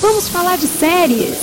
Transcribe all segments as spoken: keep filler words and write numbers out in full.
Vamos falar de séries!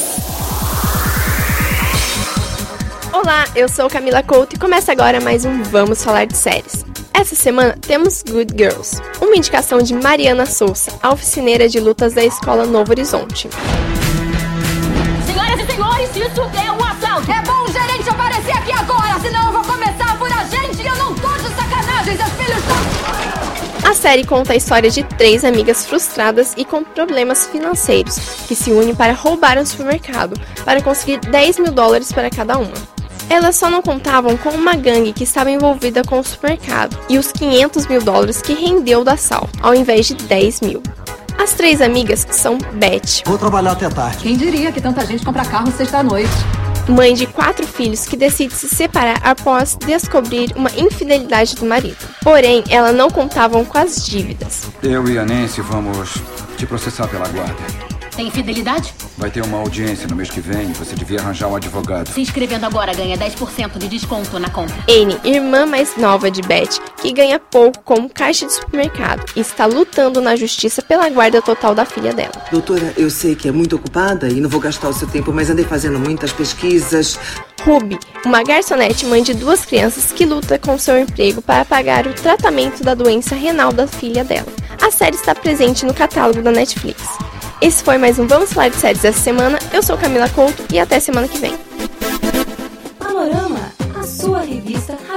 Olá, eu sou Camila Couto e começa agora mais um Vamos Falar de Séries. Essa semana temos Good Girls, uma indicação de Mariana Souza, a oficineira de lutas da Escola Novo Horizonte. Senhoras e senhores, isso é um assalto! É bom o gerente aparecer aqui agora, senão eu vou começar por a gente e eu não tô de sacanagem, seus filhos estão... A série conta a história de três amigas frustradas e com problemas financeiros, que se unem para roubar um supermercado, para conseguir dez mil dólares para cada uma. Elas só não contavam com uma gangue que estava envolvida com o supermercado e os quinhentos mil dólares que rendeu do assalto, ao invés de dez mil. As três amigas são Beth. Vou trabalhar até tarde. Quem diria que tanta gente compra carro sexta-noite? Mãe de quatro filhos que decide se separar após descobrir uma infidelidade do marido. Porém, ela não contavam com as dívidas. Eu e a Nancy vamos te processar pela guarda. Tem infidelidade? Vai ter uma audiência no mês que vem e você devia arranjar um advogado. Se inscrevendo agora ganha dez por cento de desconto na compra. Anne, irmã mais nova de Beth, que ganha pouco como caixa de supermercado e está lutando na justiça pela guarda total da filha dela. Doutora, eu sei que é muito ocupada e não vou gastar o seu tempo, mas andei fazendo muitas pesquisas. Ruby, uma garçonete mãe de duas crianças que luta com seu emprego para pagar o tratamento da doença renal da filha dela. A série está presente no catálogo da Netflix. Esse foi mais um Vamos Falar de Séries essa semana. Eu sou Camila Couto e até semana que vem. Panorama, a sua revista